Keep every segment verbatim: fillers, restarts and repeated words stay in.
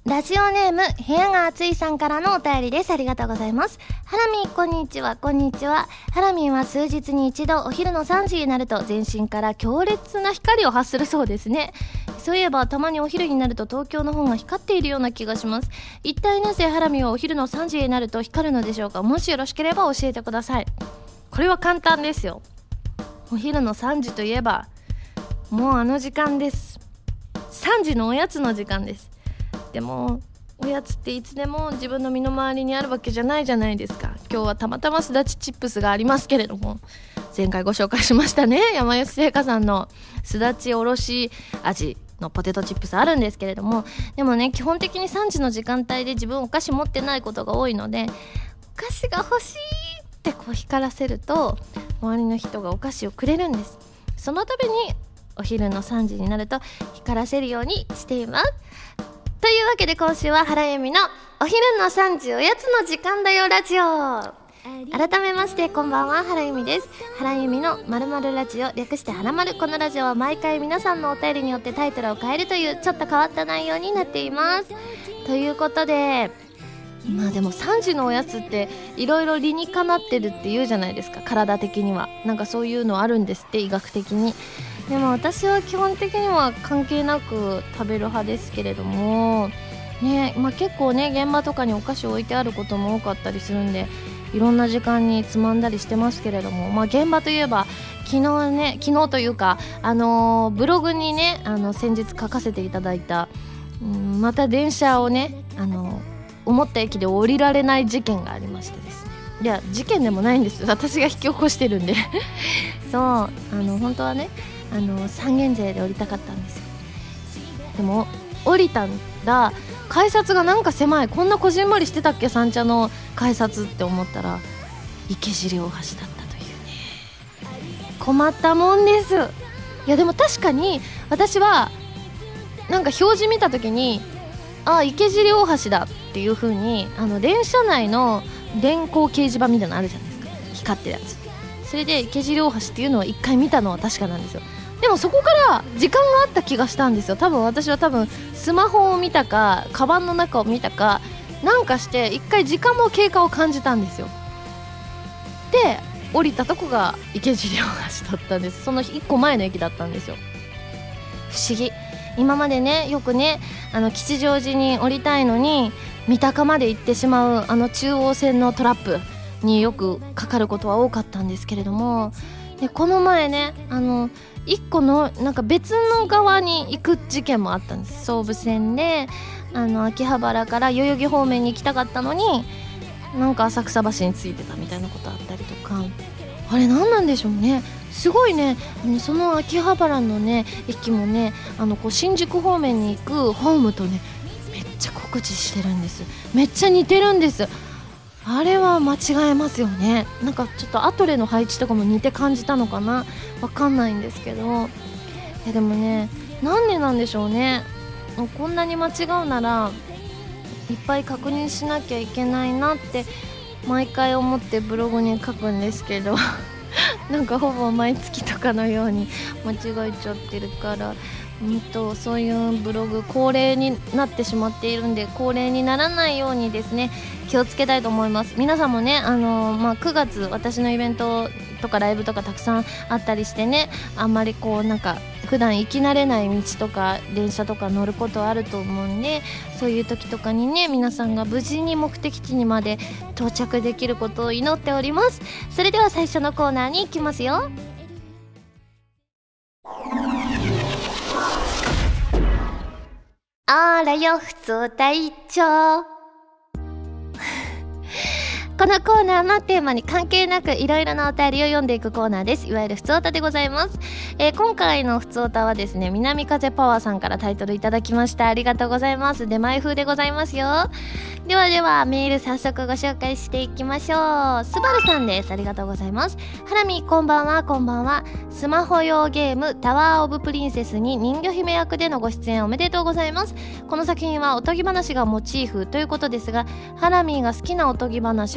ラジオネーム部屋が暑いさんからのお便りです。ありがとうございます。ハラミーこんにちは。こんにちは。ハラミーは数日に一度お昼のさんじになると全身から強烈な光を発するそうですね。そういえばたまにお昼になると東京の方が光っているような気がします。一体なぜハラミーはお昼のさんじになると光るのでしょうか。もしよろしければ教えてください。これは簡単ですよ。お昼のさんじといえばもうあの時間です。さんじのおやつの時間です。でもおやつっていつでも自分の身の回りにあるわけじゃないじゃないですか。今日はたまたますだちチップスがありますけれども、前回ご紹介しましたね、山吉製菓さんのすだちおろし味のポテトチップスあるんですけれども、でもね基本的にさんじの時間帯で自分お菓子持ってないことが多いので、お菓子が欲しいってこう光らせると周りの人がお菓子をくれるんです。そのためにお昼のさんじになると光らせるようにしています。というわけで今週は原由美のお昼のさんじおやつの時間だよラジオ。改めましてこんばんは、原由美です。原由美の〇〇ラジオ、略してはらまる。このラジオは毎回皆さんのお便りによってタイトルを変えるというちょっと変わった内容になっています。ということで、まあでもさんじのおやつっていろいろ理にかなってるって言うじゃないですか。体的にはなんかそういうのあるんですって、医学的に。でも私は基本的には関係なく食べる派ですけれどもね、まあ、結構ね現場とかにお菓子置いてあることも多かったりするんで、いろんな時間につまんだりしてますけれども、まあ、現場といえば昨日ね昨日というか、あのー、ブログにねあの先日書かせていただいた、うん、また電車をね、あのー、思った駅で降りられない事件がありましてですね。いや事件でもないんです、私が引き起こしてるんでそう、あの本当はねあの三軒茶屋で降りたかったんですよ。でも降りたんだ、改札がなんか狭い、こんなこじんまりしてたっけ三茶の改札って思ったら池尻大橋だったというね、困ったもんです。いやでも確かに私はなんか表示見た時に、あ、池尻大橋だっていう風に、あの電車内の電光掲示板みたいなのあるじゃないですか、光ってるやつ。それで池尻大橋っていうのを一回見たのは確かなんですよ。でもそこから時間があった気がしたんですよ。多分私は多分スマホを見たかカバンの中を見たかなんかして一回時間の経過を感じたんですよ。で降りたとこが池尻大橋だったんです。そのいっこまえの駅だったんですよ。不思議。今までねよくねあの吉祥寺に降りたいのに三鷹まで行ってしまうあの中央線のトラップによくかかることは多かったんですけれども、でこの前ねあの一個のなんか別の側に行く事件もあったんです。総武線であの秋葉原から代々木方面に行きたかったのになんか浅草橋についてたみたいなことあったりとか、あれ何なんでしょうね。すごいね、その秋葉原のね駅もねあのこう新宿方面に行くホームとねめっちゃ酷似してるんです。めっちゃ似てるんです。あれは間違えますよね。なんかちょっとアトレの配置とかも似て感じたのかな、わかんないんですけど、いやでもねなんでなんでしょうね。もうこんなに間違うならいっぱい確認しなきゃいけないなって毎回思ってブログに書くんですけどなんかほぼ毎月とかのように間違えちゃってるから、うんとそういうブログ恒例になってしまっているんで、恒例にならないようにですね気をつけたいと思います。皆さんもねあのーまあ、くがつ私のイベントとかライブとかたくさんあったりしてね、あんまりこうなんか普段行き慣れない道とか電車とか乗ることあると思うんで、そういう時とかにね皆さんが無事に目的地にまで到着できることを祈っております。それでは最初のコーナーに行きますよ。あらよふつおた一丁このコーナーのテーマに関係なくいろいろなお便りを読んでいくコーナーです。いわゆるふつおたでございます。えー、今回のふつおたはですね、南風パワーさんからタイトルいただきました。ありがとうございます。出前風でございますよ。ではではメール早速ご紹介していきましょう。スバルさんです。ありがとうございます。ハラミこんばんは。こんばんは。スマホ用ゲームタワーオブプリンセスに人魚姫役でのご出演おめでとうございます。この作品はおとぎ話がモチーフということですが、ハラミが好きなおとぎ話は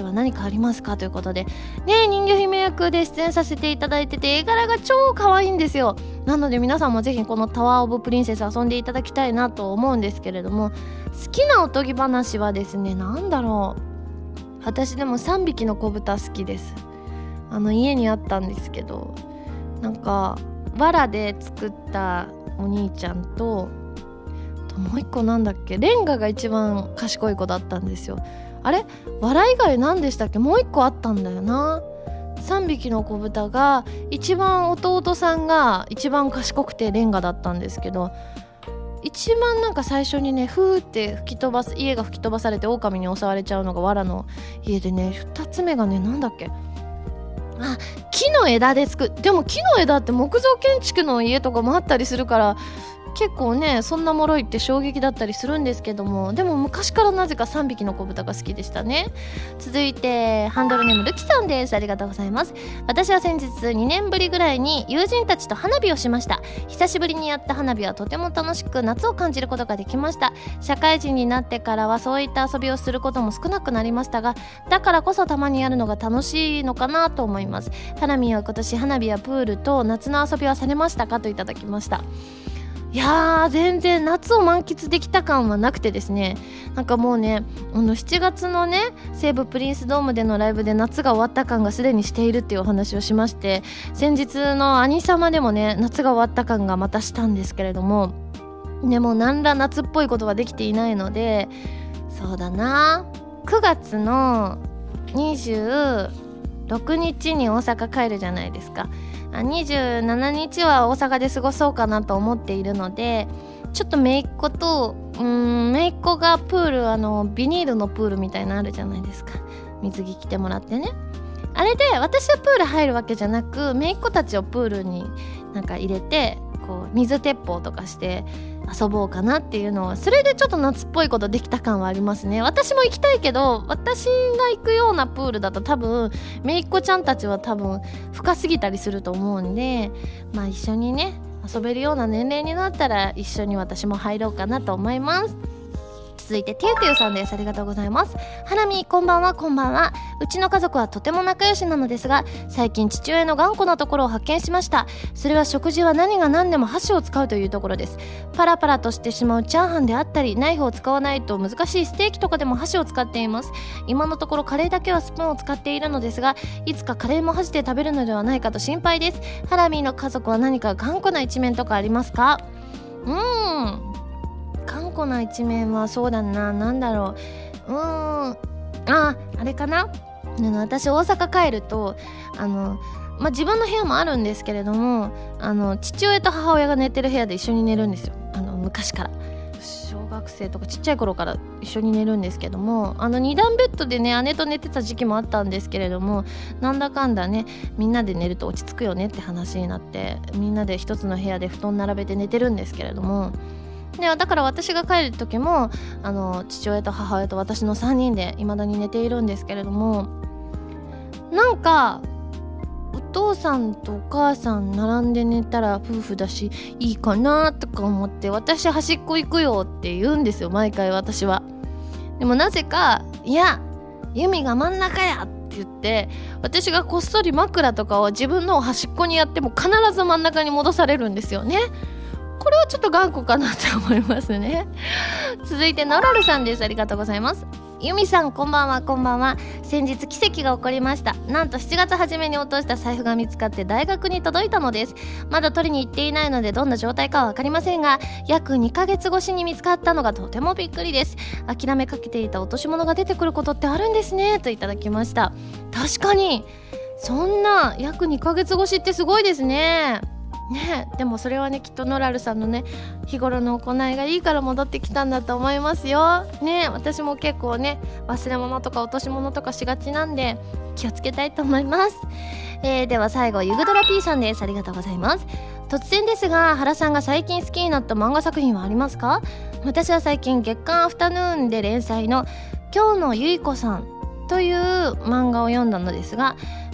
は何かありますかということでね、人魚姫役で出演させていただいてて、絵柄が超可愛いんですよ。なので皆さんもぜひこのタワーオブプリンセス遊んでいただきたいなと思うんですけれども、好きなおとぎ話はですね、なんだろう、私でもさんびきの子豚好きです。あの家にあったんですけど、なんか藁で作ったお兄ちゃんと、ともう一個なんだっけ、レンガが一番賢い子だったんですよ。あれ藁以外何でしたっけ、もう一個あったんだよな。さんびきの子豚が一番弟さんが一番賢くてレンガだったんですけど、一番なんか最初にねふーって吹き飛ばす家が吹き飛ばされて狼に襲われちゃうのが藁の家でね、ふたつめがねなんだっけ、あ、木の枝で作る。でも木の枝って木造建築の家とかもあったりするから結構ねそんな脆いって衝撃だったりするんですけども、でも昔からなぜかさんびきの子豚が好きでしたね。続いてハンドルネームルキさんです。ありがとうございます。私は先日にねんぶりぐらいに友人たちと花火をしました。久しぶりにやった花火はとても楽しく夏を感じることができました。社会人になってからはそういった遊びをすることも少なくなりましたが、だからこそたまにやるのが楽しいのかなと思います。ハラミは今年花火やプールと夏の遊びはされましたかといただきました。いやー全然夏を満喫できた感はなくてですね、なんかもうねあのしちがつのね西武プリンスドームでのライブで夏が終わった感がすでにしているっていうお話をしまして、先日の兄様でもね夏が終わった感がまたしたんですけれども、でも何ら夏っぽいことはできていないので、そうだなくがつのにじゅうろくにちに大阪帰るじゃないですか。にじゅうしちにちは大阪で過ごそうかなと思っているので、ちょっと姪っ子とうーん姪っ子がプール、あのビニールのプールみたいなのあるじゃないですか、水着着てもらってね、あれで私はプール入るわけじゃなく姪っ子たちをプールになんか入れてこう水鉄砲とかして遊ぼうかなっていうのは、それでちょっと夏っぽいことできた感はありますね。私も行きたいけど、私が行くようなプールだと多分姪っ子ちゃんたちは多分深すぎたりすると思うんで、まあ一緒にね遊べるような年齢になったら一緒に私も入ろうかなと思います。続いててゆてゆさんです。ありがとうございます。はなみこんばんは。こんばんは。うちの家族はとても仲良しなのですが、最近父親の頑固なところを発見しました。それは食事は何が何でも箸を使うというところです。パラパラとしてしまうチャーハンであったり、ナイフを使わないと難しいステーキとかでも箸を使っています。今のところカレーだけはスプーンを使っているのですが、いつかカレーも箸で食べるのではないかと心配です。ハラミの家族は何か頑固な一面とかありますか？うーん頑固な一面はそうだな、なんだろう、うーんああれかな、私大阪帰るとあの、まあ、自分の部屋もあるんですけれども、あの父親と母親が寝てる部屋で一緒に寝るんですよ。あの昔から小学生とかちっちゃい頃から一緒に寝るんですけども、あのにだんベッドでね姉と寝てた時期もあったんですけれども、なんだかんだねみんなで寝ると落ち着くよねって話になって、みんなで一つの部屋で布団並べて寝てるんですけれども、でだから私が帰る時もあの父親と母親と私のさんにんで未だに寝ているんですけれども、なんかお父さんとお母さん並んで寝たら夫婦だしいいかなとか思って、私端っこ行くよって言うんですよ毎回私は。でもなぜかいやユミが真ん中やって言って、私がこっそり枕とかを自分の端っこにやっても必ず真ん中に戻されるんですよね。これはちょっと頑固かなと思いますね。続いてノロルさんです。ありがとうございます。ユミさんこんばんは。こんばんは。先日奇跡が起こりました。なんとしちがつ初めに落とした財布が見つかって大学に届いたのです。まだ取りに行っていないのでどんな状態かは分かりませんが、約にかげつ越しに見つかったのがとてもびっくりです。諦めかけていた落とし物が出てくることってあるんですねといただきました。確かにそんな約にかげつ越しってすごいですね。ね、でもそれはねきっとノラルさんのね日頃の行いがいいから戻ってきたんだと思いますよ。ね、私も結構ね忘れ物とか落とし物とかしがちなんで気をつけたいと思います。えー、では最後ユグドラ P さんです。ありがとうございます。突然ですが原さんが最近好きになった漫画作品はありますか？私は最近月刊アフタヌーンで連載の今日のゆいこさんという漫画を読んだのですが、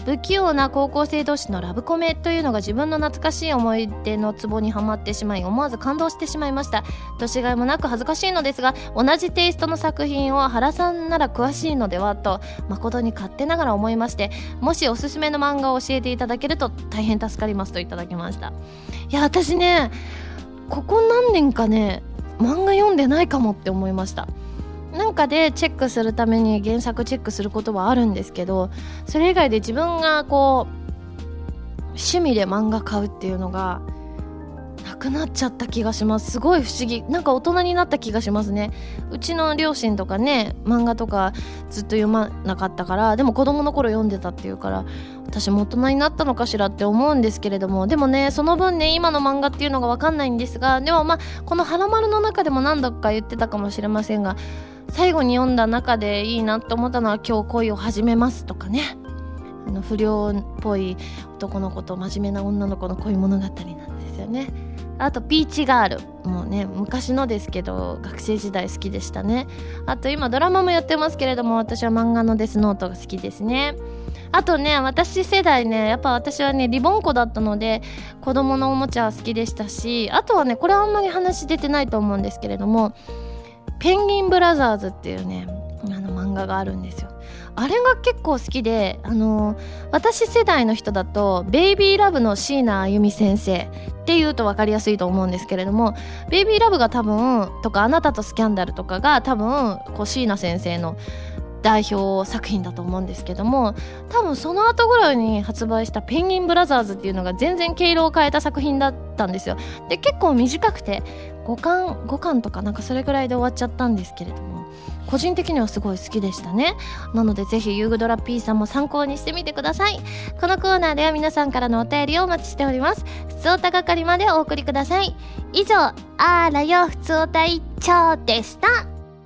不器用な高校生同士のラブコメというのが自分の懐かしい思い出のツボにはまってしまい、思わず感動してしまいました。年がいもなく恥ずかしいのですが、同じテイストの作品を原さんなら詳しいのではと誠に勝手ながら思いまして、もしおすすめの漫画を教えていただけると大変助かりますといただきました。いや私ね、ここ何年かね漫画読んでないかもって思いました。なんかでチェックするために原作チェックすることはあるんですけど、それ以外で自分がこう趣味で漫画買うっていうのがなくなっちゃった気がします。すごい不思議、なんか大人になった気がしますね。うちの両親とかね漫画とかずっと読まなかったから、でも子供の頃読んでたっていうから私も大人になったのかしらって思うんですけれども、でもねその分ね今の漫画っていうのが分かんないんですが、でもまあこのはらまるの中でも何度か言ってたかもしれませんが、最後に読んだ中でいいなと思ったのは今日恋を始めますとかね、あの不良っぽい男の子と真面目な女の子の恋物語なんですよね。あとピーチガールもうね昔のですけど学生時代好きでしたね。あと今ドラマもやってますけれども、私は漫画のデスノートが好きですね。あとね私世代ね、やっぱ私はねリボン子だったので子供のおもちゃは好きでしたし、あとはねこれあんまり話出てないと思うんですけれども、ペンギンブラザーズっていうねあの漫画があるんですよ。あれが結構好きで、あのー、私世代の人だとベイビーラブの椎名あゆみ先生っていうと分かりやすいと思うんですけれども、ベイビーラブが多分とかあなたとスキャンダルとかが多分こう椎名先生の代表作品だと思うんですけども、多分その後ぐらいに発売したペンギンブラザーズっていうのが全然毛色を変えた作品だったんですよ。で結構短くてごかんごかんとかなんかそれぐらいで終わっちゃったんですけれども、個人的にはすごい好きでしたね。なのでぜひユーグドラ P さんも参考にしてみてください。このコーナーでは皆さんからのお便りをお待ちしております。ふつおた係までお送りください。以上、あーらよふつおた一丁でした。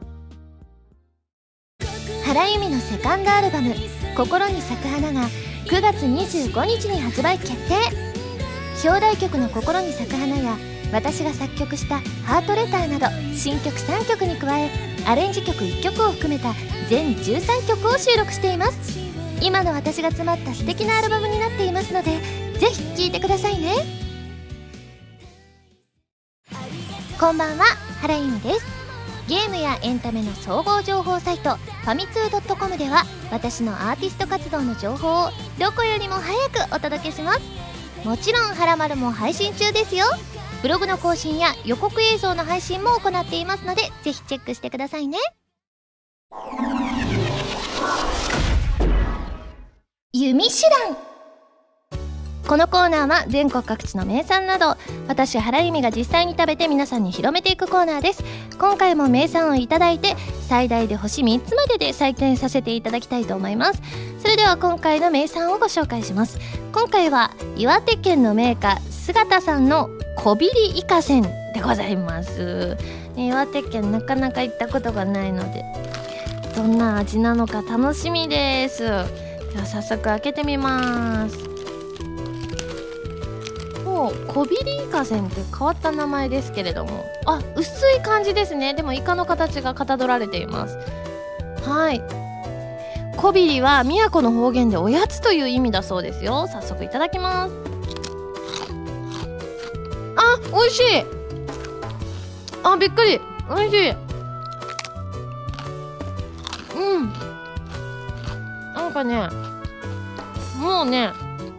原由美のセカンドアルバム「心に咲く花」がくがつにじゅうごにちに発売決定。表題曲の「心に咲く花」や私が作曲した「ハートレター」など新曲さんきょくに加えアレンジ曲いっきょくを含めた全じゅうさんきょくを収録しています。今の私が詰まった素敵なアルバムになっていますのでぜひ聴いてくださいね。こんばんは、原由美です。ゲームやエンタメの総合情報サイトファミツー .com では私のアーティスト活動の情報をどこよりも早くお届けします。もちろんはらまるも配信中ですよ。ブログの更新や予告映像の配信も行っていますのでぜひチェックしてくださいね。弓手段。このコーナーは全国各地の名産など私原由美が実際に食べて皆さんに広めていくコーナーです。今回も名産をいただいて最大で星みっつまでで採点させていただきたいと思います。それでは今回の名産をご紹介します。今回は岩手県の名家姿さんのこびりイカせんでございます。岩手県なかなか行ったことがないのでどんな味なのか楽しみです。では早速開けてみます。もうこびりイカせんって変わった名前ですけれども、あ、薄い感じですね。でもイカの形がかたどられています。はい、こびりは宮古の方言でおやつという意味だそうですよ。早速いただきます。あ、美味しい。あ、びっくり、美味しい。うん、なんかねもうね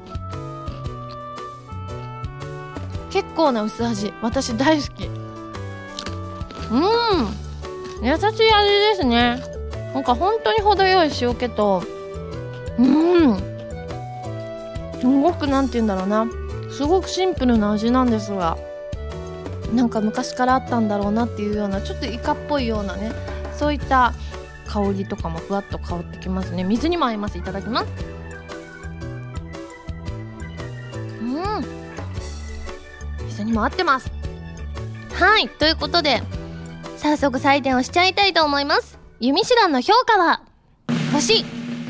結構な薄味、私大好き。うん、優しい味ですね。なんか本当に程よい塩気と、うんすごくなんて言うんだろうな、すごくシンプルな味なんですが、なんか昔からあったんだろうなっていうようなちょっとイカっぽいようなね、そういった香りとかもふわっと香ってきますね。水にも合います。いただきます。うん、水にも合ってます。はい、ということで早速採点をしちゃいたいと思います。弓手段の評価は星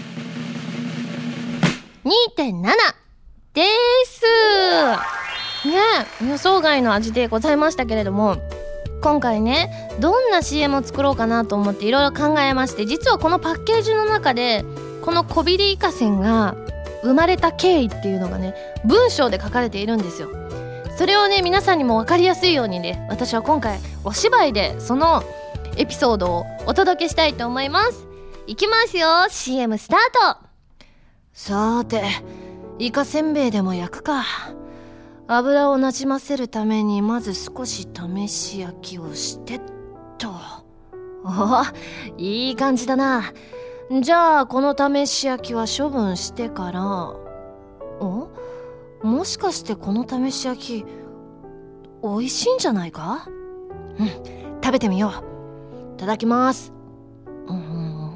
にてんなな ですね。予想外の味でございましたけれども、今回ねどんな シーエム を作ろうかなと思っていろいろ考えまして、実はこのパッケージの中でこのこびりイカせんが生まれた経緯っていうのがね文章で書かれているんですよ。それをね皆さんにも分かりやすいようにね、私は今回お芝居でそのエピソードをお届けしたいと思います。いきますよ、 シーエム スタート。さーて、イカせんべいでも焼くか。油をなじませるためにまず少し試し焼きをしてっと。お、いい感じだな。じゃあこの試し焼きは処分してから、お、もしかしてこの試し焼き美味しいんじゃないか。うん、食べてみよう。いただきます。うん、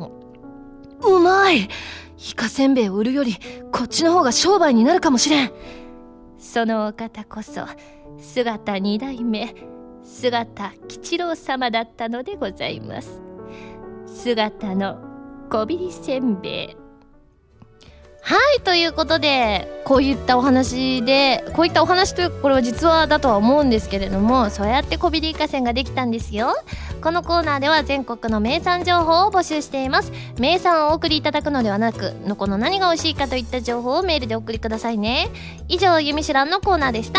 うまい。イカせんべいを売るよりこっちの方が商売になるかもしれん。そのお方こそ姿二代目姿吉郎様だったのでございます。姿のこびりせんべい。はい、ということでこういったお話でこういったお話というかこれは実話だとは思うんですけれども、そうやってこびりイカせんができたんですよ。このコーナーでは全国の名産情報を募集しています。名産をお送りいただくのではなく、のこの何が美味しいかといった情報をメールでお送りくださいね。以上、ゆみしらんのコーナーでした。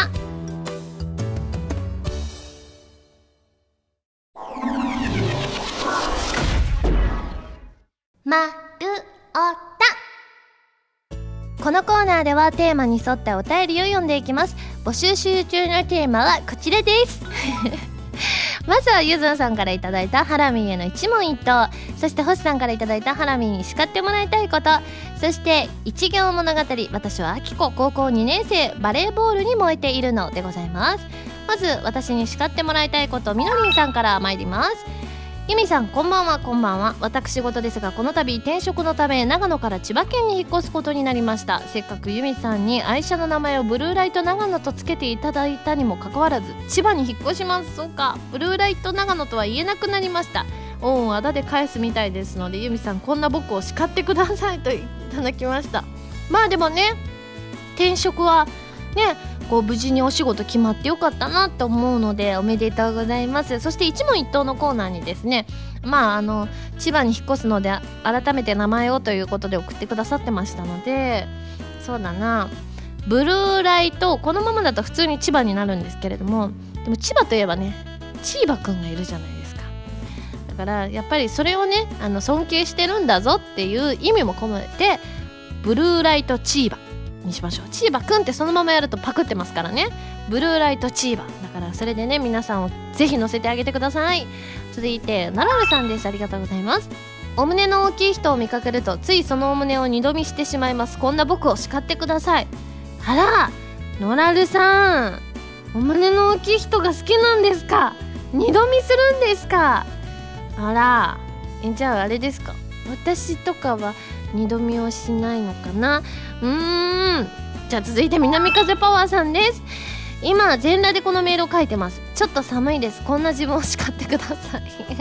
まるおた。このコーナーではテーマに沿ったお便りを読んでいきます。募集中のテーマはこちらですまずはゆずんさんからいただいたハラミンへの一問一答、そして星さんからいただいたハラミンに叱ってもらいたいこと、そして一行物語、私はあきこ高校にねん生バレーボールに燃えているのでございます。まず私に叱ってもらいたいこと、みのりんさんから参ります。ゆみさん、こんばんは。こんばんは。私事ですが、この度転職のため長野から千葉県に引っ越すことになりました。せっかくゆみさんに愛車の名前をブルーライト長野とつけていただいたにもかかわらず、千葉に引っ越します。そうか、ブルーライト長野とは言えなくなりました。恩をあだで返すみたいですので、ゆみさん、こんな僕を叱ってくださいといただきました。まあでもね、転職はね、こう無事にお仕事決まってよかったなって思うので、おめでとうございます。そして一問一答のコーナーにですね、まああの千葉に引っ越すので改めて名前をということで送ってくださってましたので、そうだな、ブルーライト、このままだと普通に千葉になるんですけれども、でも千葉といえばね、チーバくんがいるじゃないですか。だからやっぱりそれをね、あの尊敬してるんだぞっていう意味も込めて、ブルーライトチーバにしましょう。チーバくんってそのままやるとパクってますからね。ブルーライトチーバだから、それでね、皆さんをぜひ載せてあげてください。続いてナラルさんです。ありがとうございます。お胸の大きい人を見かけるとついそのお胸を二度見してしまいます。こんな僕を叱ってください。あら、ノラルさん、お胸の大きい人が好きなんですか？二度見するんですか？あら、え、じゃああれですか、私とかは二度見をしないのかな。うーん、じゃあ続いて南風パワーさんです。今全裸でこのメールを書いてます。ちょっと寒いです。こんな自分を叱ってください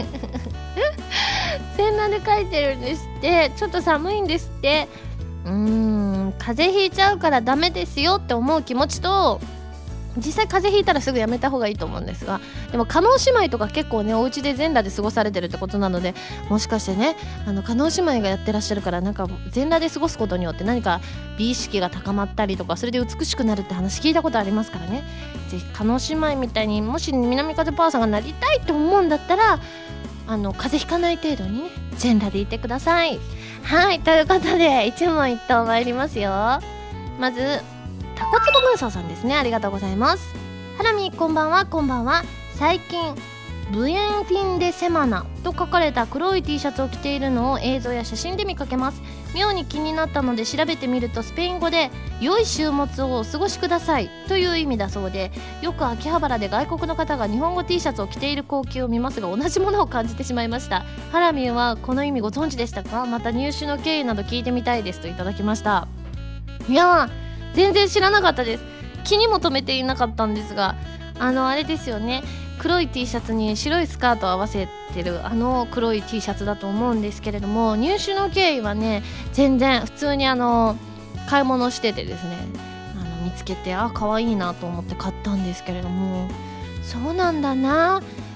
全裸で書いてるんですって。ちょっと寒いんですって。うーん、風邪ひいちゃうからダメですよって思う気持ちと、実際風邪ひいたらすぐやめた方がいいと思うんですが、でも加納姉妹とか結構ね、お家で全裸で過ごされてるってことなので、もしかしてね、あの加納姉妹がやってらっしゃるから、なんか全裸で過ごすことによって何か美意識が高まったりとか、それで美しくなるって話聞いたことありますからね。ぜひ加納姉妹みたいに、もし南風パワーさんがなりたいと思うんだったら、あの風邪ひかない程度にね、全裸でいてください。はい、ということで一問一答参りますよ。まずタコツボムーソーさんですね。ありがとうございます。ハラミ、こんばんは。こんばんは。最近ブエンフィンデセマナと書かれた黒い T シャツを着ているのを映像や写真で見かけます。妙に気になったので調べてみると、スペイン語で良い週末をお過ごしくださいという意味だそうで、よく秋葉原で外国の方が日本語 T シャツを着ている光景を見ますが、同じものを感じてしまいました。ハラミはこの意味ご存知でしたか？また入手の経緯など聞いてみたいですといただきました。いやー、全然知らなかったです。気にも留めていなかったんですが、あのあれですよね、黒い T シャツに白いスカートを合わせてるあの黒い T シャツだと思うんですけれども、入手の経緯はね、全然普通にあの買い物しててですね、あの見つけて、あ、可愛いなと思って買ったんですけれども、そうなんだな、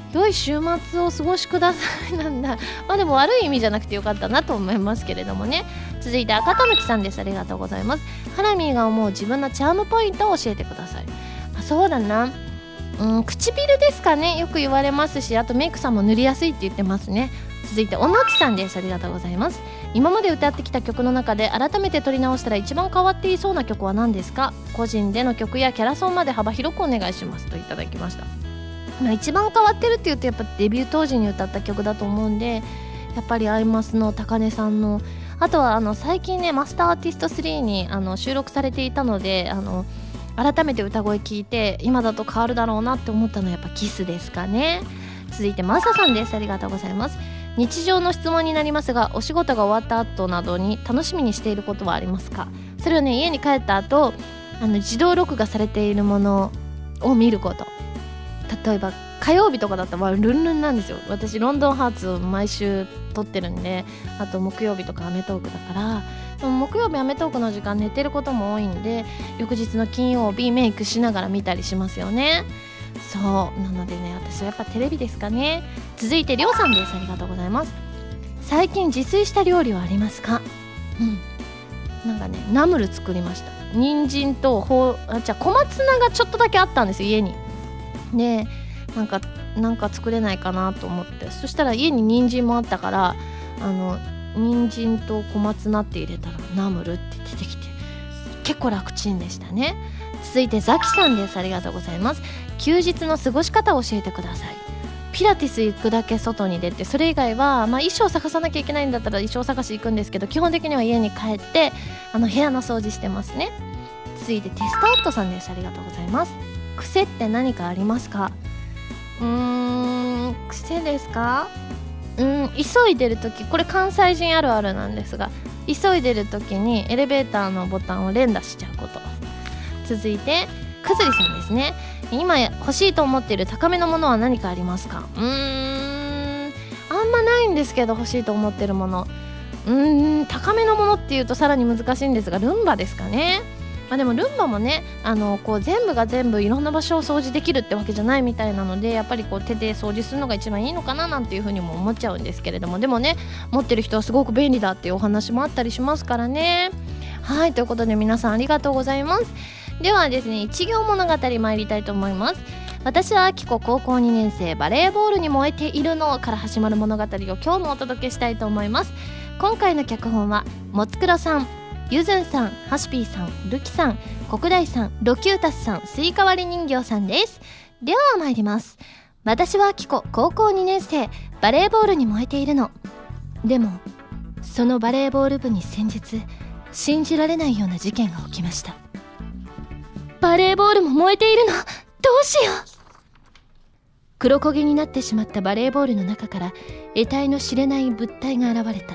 良い週末を過ごしくださいなんだ。まあでも悪い意味じゃなくてよかったなと思いますけれどもね。続いて赤たぬきさんです。ありがとうございます。ハラミーが思う自分のチャームポイントを教えてください。あ、そうだな、うん、唇ですかね。よく言われますし、あとメイクさんも塗りやすいって言ってますね。続いておのちさんです。ありがとうございます。今まで歌ってきた曲の中で改めて撮り直したら一番変わっていそうな曲は何ですか？個人での曲やキャラソンまで幅広くお願いしますといただきました。まあ、一番変わってるっていうとやっぱデビュー当時に歌った曲だと思うんで、やっぱりアイマスの高根さんの、あとはあの最近ねマスターアーティストスリーにあの収録されていたので、あの改めて歌声聞いて今だと変わるだろうなって思ったのはやっぱキスですかね。続いてマサさんです。ありがとうございます。日常の質問になりますが、お仕事が終わった後などに楽しみにしていることはありますか？それはね、家に帰った後あの自動録画されているものを見ること。例えば火曜日とかだったらルンルンなんですよ。私ロンドンハーツを毎週撮ってるんで、あと木曜日とかアメトークだから、でも木曜日アメトークの時間寝てることも多いんで、翌日の金曜日メイクしながら見たりしますよね。そうなのでね、私はやっぱテレビですかね。続いてりょうさんです。ありがとうございます。最近自炊した料理はありますか？うん、なんかねナムル作りました。人参とほうあじゃあ小松菜がちょっとだけあったんですよ、家に。でなんかなんか作れないかなと思って、そしたら家に人参もあったから、あの人参と小松菜って入れたらナムルって出てきて結構楽ちんでしたね。続いてザキさんです。ありがとうございます。休日の過ごし方を教えてください。ピラティス行くだけ外に出て、それ以外は、まあ、衣装探さなきゃいけないんだったら衣装探し行くんですけど、基本的には家に帰ってあの部屋の掃除してますね。続いてテスタウットさんです。ありがとうございます。癖って何かありますか？うーん癖ですか？うーん急いでるとき、これ関西人あるあるなんですが、急いでるときにエレベーターのボタンを連打しちゃうこと。続いてくずりさんですね。今欲しいと思っている高めのものは何かありますか？うーんあんまないんですけど、欲しいと思ってるもの、うーん高めのものっていうとさらに難しいんですが、ルンバですかね。まあ、でもルンバもね、あのこう全部が全部いろんな場所を掃除できるってわけじゃないみたいなので、やっぱりこう手で掃除するのが一番いいのかななんていうふうにも思っちゃうんですけれども、でもね持ってる人はすごく便利だっていうお話もあったりしますからね。はい、ということで皆さんありがとうございます。ではですね、一行物語参りたいと思います。私はあきこ高校にねん生、バレーボールに燃えているのから始まる物語を今日もお届けしたいと思います。今回の脚本はもつくろさん、ゆずんさん、はしぴーさん、るきさん、国大さん、ロキュータスさん、スイカ割り人形さんです。では参ります。私はあきこ高校にねん生、バレーボールに燃えているの。でもそのバレーボール部に先日信じられないような事件が起きました。バレーボールも燃えているの。どうしよう。黒焦げになってしまったバレーボールの中から得体の知れない物体が現れた。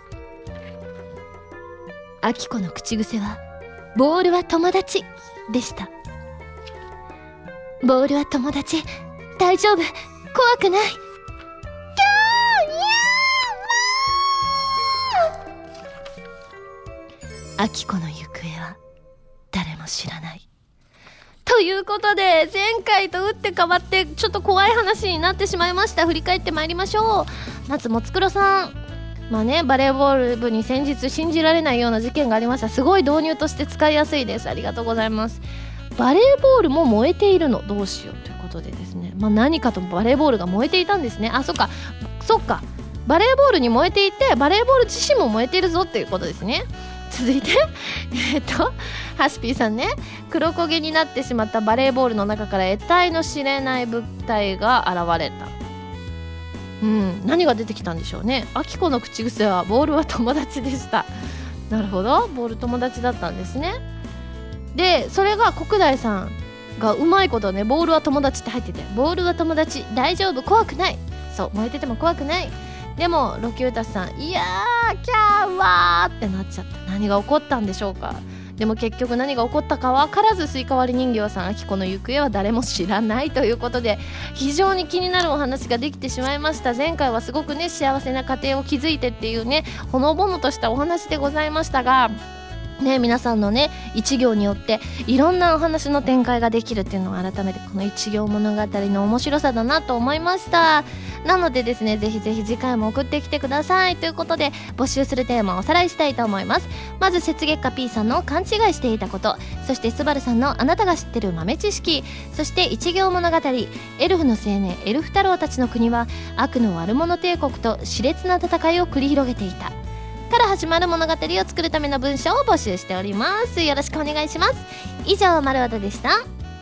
アキコの口癖はボールは友達でした。ボールは友達、大丈夫、怖くない。キャー、いやー、アキコの行方は誰も知らない。ということで前回と打って変わってちょっと怖い話になってしまいました。振り返ってまいりましょう。まずもつくろさん、まあね、バレーボール部に先日信じられないような事件がありました。すごい導入として使いやすいです。ありがとうございます。バレーボールも燃えているの、どうしようということでですね、まあ、何かとバレーボールが燃えていたんですね。あ、そっかそっか、バレーボールに燃えていてバレーボール自身も燃えているぞっていうことですね。続いてえっとハスピーさんね、黒焦げになってしまったバレーボールの中から得体の知れない物体が現れた。うん、何が出てきたんでしょうね。アキコの口癖はボールは友達でした。なるほど、ボール友達だったんですね。でそれが国大さんがうまいことね、ボールは友達って入ってて、ボールは友達、大丈夫、怖くない、そう燃えてても怖くない。でもロキュータスさん、いやーキャーわーってなっちゃった。何が起こったんでしょうか。でも結局何が起こったか分からず、スイカ割り人形さん、アキコの行方は誰も知らないということで、非常に気になるお話ができてしまいました。前回はすごくね幸せな家庭を築いてっていうねほのぼのとしたお話でございましたが、 ね、皆さんのね一行によっていろんなお話の展開ができるっていうのを改めてこの一行物語の面白さだなと思いました。なのでですね、ぜひぜひ次回も送ってきてくださいということで、募集するテーマをおさらいしたいと思います。まず雪月花 P さんの勘違いしていたこと、そしてスバルさんのあなたが知ってる豆知識、そして一行物語エルフの青年エルフ太郎たちの国は悪の悪者帝国と熾烈な戦いを繰り広げていたから始まる物語を作るための文章を募集しております。よろしくお願いします。以上、まるわたでした。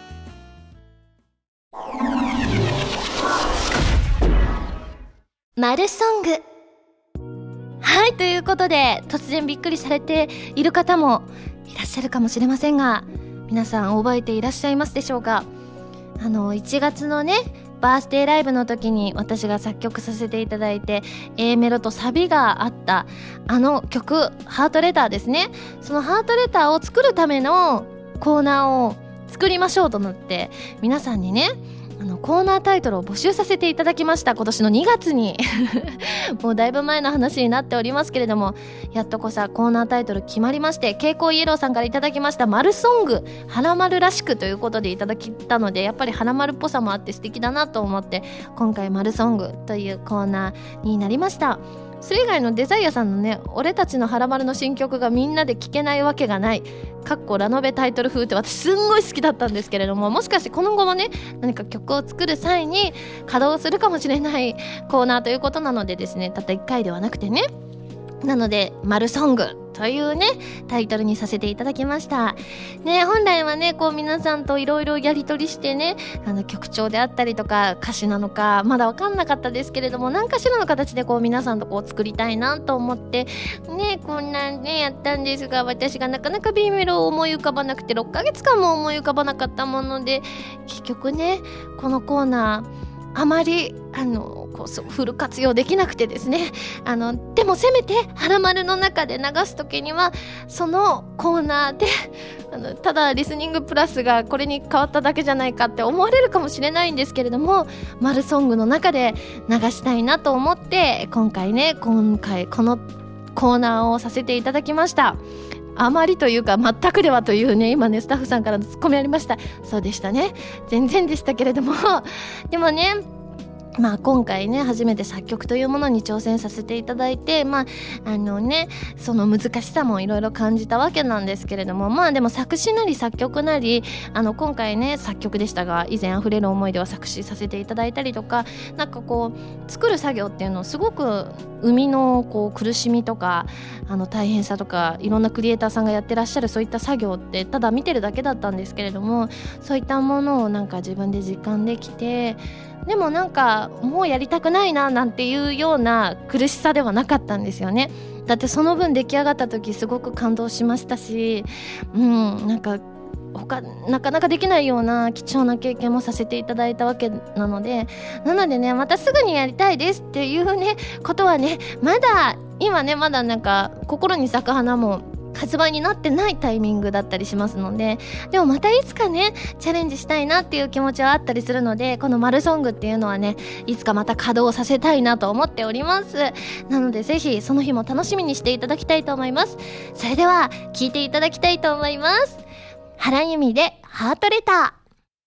まるソング。はい、ということで突然びっくりされている方もいらっしゃるかもしれませんが、皆さん覚えていらっしゃいますでしょうか。あのいちがつのねバースデーライブの時に私が作曲させていただいて A メロとサビがあったあの曲ハートレターですね。そのハートレターを作るためのコーナーを作りましょうとなって皆さんにねあのコーナータイトルを募集させていただきました。今年のにがつにもうだいぶ前の話になっておりますけれども、やっとこさコーナータイトル決まりまして、蛍光イエローさんからいただきましたマルソング、花丸らしくということでいただきたので、やっぱり花丸っぽさもあって素敵だなと思って今回マルソングというコーナーになりました。それ以外のデザイアさんのね、俺たちの花丸の新曲がみんなで聴けないわけがないかっこラノベタイトル風って私すんごい好きだったんですけれども、もしかしてこの後もね何か曲を作る際に稼働するかもしれないコーナーということなのでですね、たったいっかいではなくてね、なのでマルソングというねタイトルにさせていただきましたね。本来はねこう皆さんといろいろやり取りしてね、あの曲調であったりとか歌詞なのかまだ分かんなかったですけれども、何かしらの形でこう皆さんとこう作りたいなと思ってねこんなんねやったんですが、私がなかなか B メロを思い浮かばなくてろっかげつかんも思い浮かばなかったもので、結局ねこのコーナーあまりあのこうフル活用できなくてですね、あのでもせめて花丸の中で流すときにはそのコーナーであのただリスニングプラスがこれに変わっただけじゃないかって思われるかもしれないんですけれども、マルソングの中で流したいなと思って今回ね今回このコーナーをさせていただきました。あまりというか全くではというね、今ねスタッフさんからのツッコミありました。そうでしたね、全然でしたけれどもでもねまあ今回ね初めて作曲というものに挑戦させていただいて、まああのねその難しさもいろいろ感じたわけなんですけれども、まあでも作詞なり作曲なり、あの今回ね作曲でしたが以前あふれる思いでは作詞させていただいたりとか、なんかこう作る作業っていうのをすごく生みのこう苦しみとかあの大変さとかいろんなクリエイターさんがやってらっしゃるそういった作業ってただ見てるだけだったんですけれども、そういったものをなんか自分で実感できて、でもなんかもうやりたくないななんていうような苦しさではなかったんですよね。だってその分出来上がった時すごく感動しましたし、うんなんか他なかなかできないような貴重な経験もさせていただいたわけなので、なのでねまたすぐにやりたいですっていうねことはねまだ今ねまだなんか心に咲く花も発売になってないタイミングだったりしますので、でもまたいつかねチャレンジしたいなっていう気持ちはあったりするので、このマルソングっていうのはねいつかまた稼働させたいなと思っております。なのでぜひその日も楽しみにしていただきたいと思います。それでは聴いていただきたいと思います。原由美でハートレター。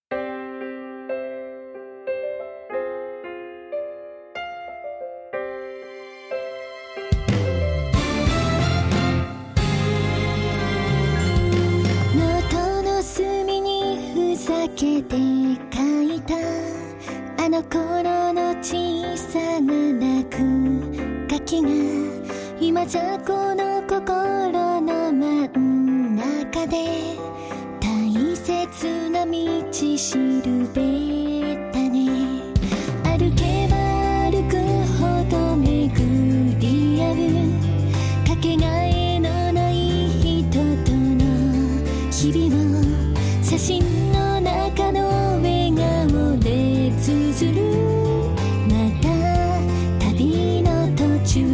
けて書いたあの頃の小さな落書きが今じゃこの心の真ん中で大切な道しるべだね。歩けば歩くほど巡り合うかけがえのない人との日々を写真の中の笑顔で綴る。また旅の途中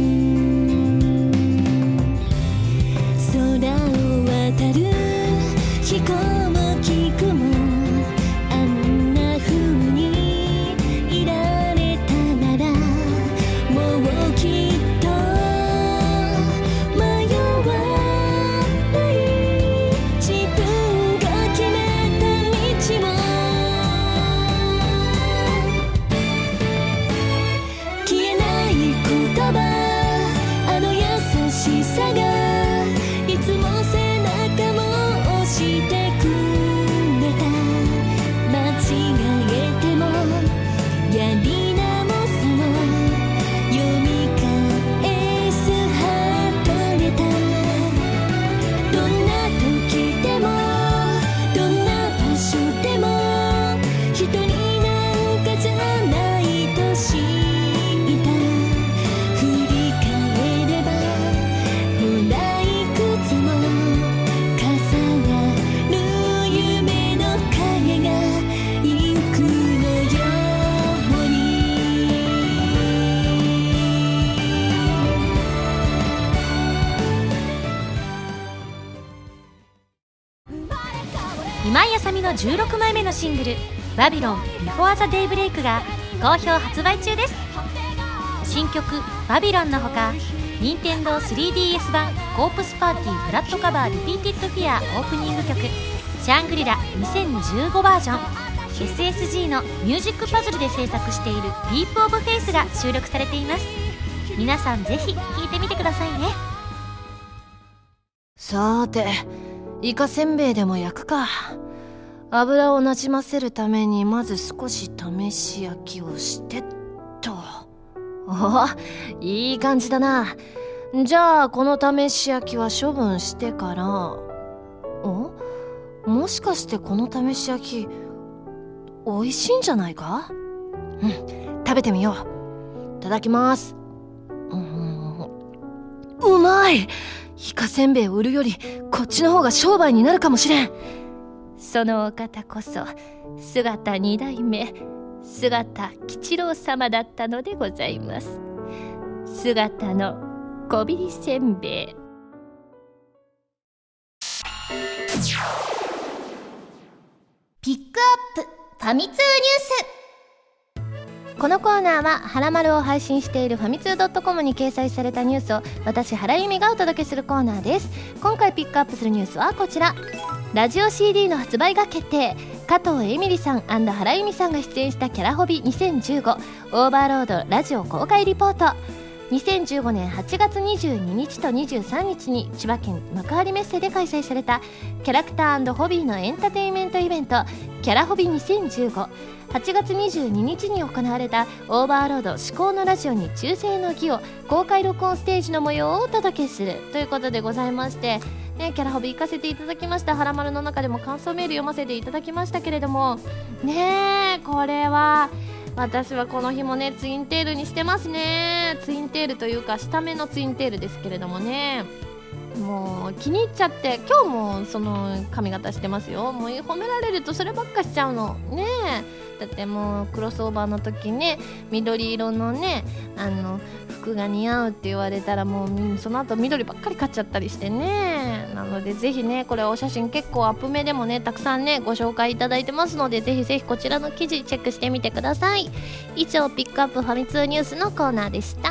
空を渡る飛行も聞くもあんな風にいられたならもうきっと迷わな今井あさみのじゅうろくまいめのシングル「バビロン Before the Daybreak」が好評発売中です。新曲「バビロン」のほか任天堂 スリーディーエス 版コープスパーティーフラットカバーリピーティッドフィアオープニング曲シャングリラにせんじゅうごバージョン エスエスジー のミュージックパズルで制作しているディープオブフェイスが収録されています。皆さんぜひ聴いてみてくださいね。 さーて、イカせんべいでも焼くか。油をなじませるためにまず少し試し焼きをしてっと。お、いい感じだな。じゃあこの試し焼きは処分してから。お、もしかしてこの試し焼き美味しいんじゃないか。うん、食べてみよう。いただきます。うん、うまい。イカせんべいを売るよりこっちの方が商売になるかもしれん。そのお方こそ姿二代目姿吉郎様だったのでございます。姿のこびりせんべい。ピックアップファミ通ニュース。このコーナーははらまるを配信しているファミツー .com に掲載されたニュースを私原由美がお届けするコーナーです。今回ピックアップするニュースはこちら。ラジオ シーディー の発売が決定。加藤エミリさん&原由美さんが出演したキャラホビにせんじゅうごオーバーロードラジオ公開リポート。にせんじゅうごねんはちがつにじゅうににちとにじゅうさんにちに千葉県幕張メッセで開催されたキャラクター&ホビーのエンターテインメントイベントキャラホビにせんじゅうご。はちがつにじゅうににちに行われたオーバーロード至高のラジオに忠誠の儀を公開録音ステージの模様をお届けするということでございまして、ね、キャラホビ行かせていただきました。はらまるの中でも感想メール読ませていただきましたけれどもねえ、これは私はこの日もねツインテールにしてますね。ツインテールというか下目のツインテールですけれどもね、もう気に入っちゃって今日もその髪型してますよ。もう褒められるとそればっかしちゃうのね。だってもうクロスオーバーの時ね緑色のねあの服が似合うって言われたらもうその後緑ばっかり買っちゃったりしてね。なのでぜひねこれお写真結構アップ目でもねたくさんねご紹介いただいてますのでぜひぜひこちらの記事チェックしてみてください。以上ピックアップファミ通ニュースのコーナーでした。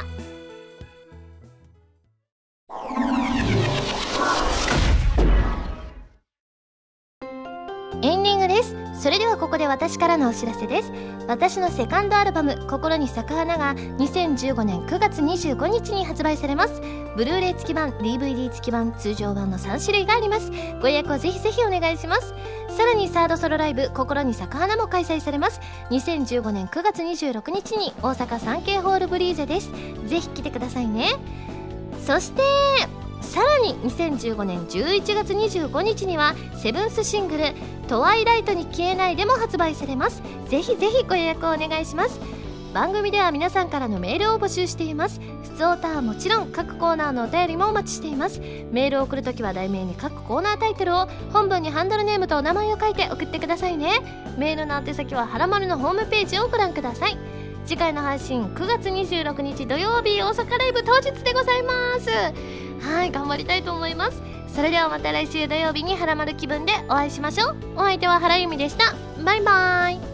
エンディングです。それではここで私からのお知らせです。私のセカンドアルバム心に咲く花がにせんじゅうごねんくがつにじゅうごにちに発売されます。ブルーレイ付き版 ディーブイディー 付き版通常版のさんしゅるいがあります。ご予約をぜひぜひお願いします。さらにサードソロライブ心に咲く花も開催されます。にせんじゅうごねんくがつにじゅうろくにちに大阪サンケイホールブリーゼです。ぜひ来てくださいね。そしてさらににせんじゅうごねんじゅういちがつにじゅうごにちにはセブンスシングルトワイライトに消えないでも発売されます。ぜひぜひご予約をお願いします。番組では皆さんからのメールを募集しています。ふつおたはもちろん各コーナーのお便りもお待ちしています。メールを送るときは題名に各コーナータイトルを本文にハンドルネームとお名前を書いて送ってくださいね。メールの宛先ははらまるのホームページをご覧ください。次回の配信くがつにじゅうろくにち土曜日大阪ライブ当日でございます。はい、頑張りたいと思います。それではまた来週土曜日にはらまる気分でお会いしましょう。お相手は原由美でした。バイバイ。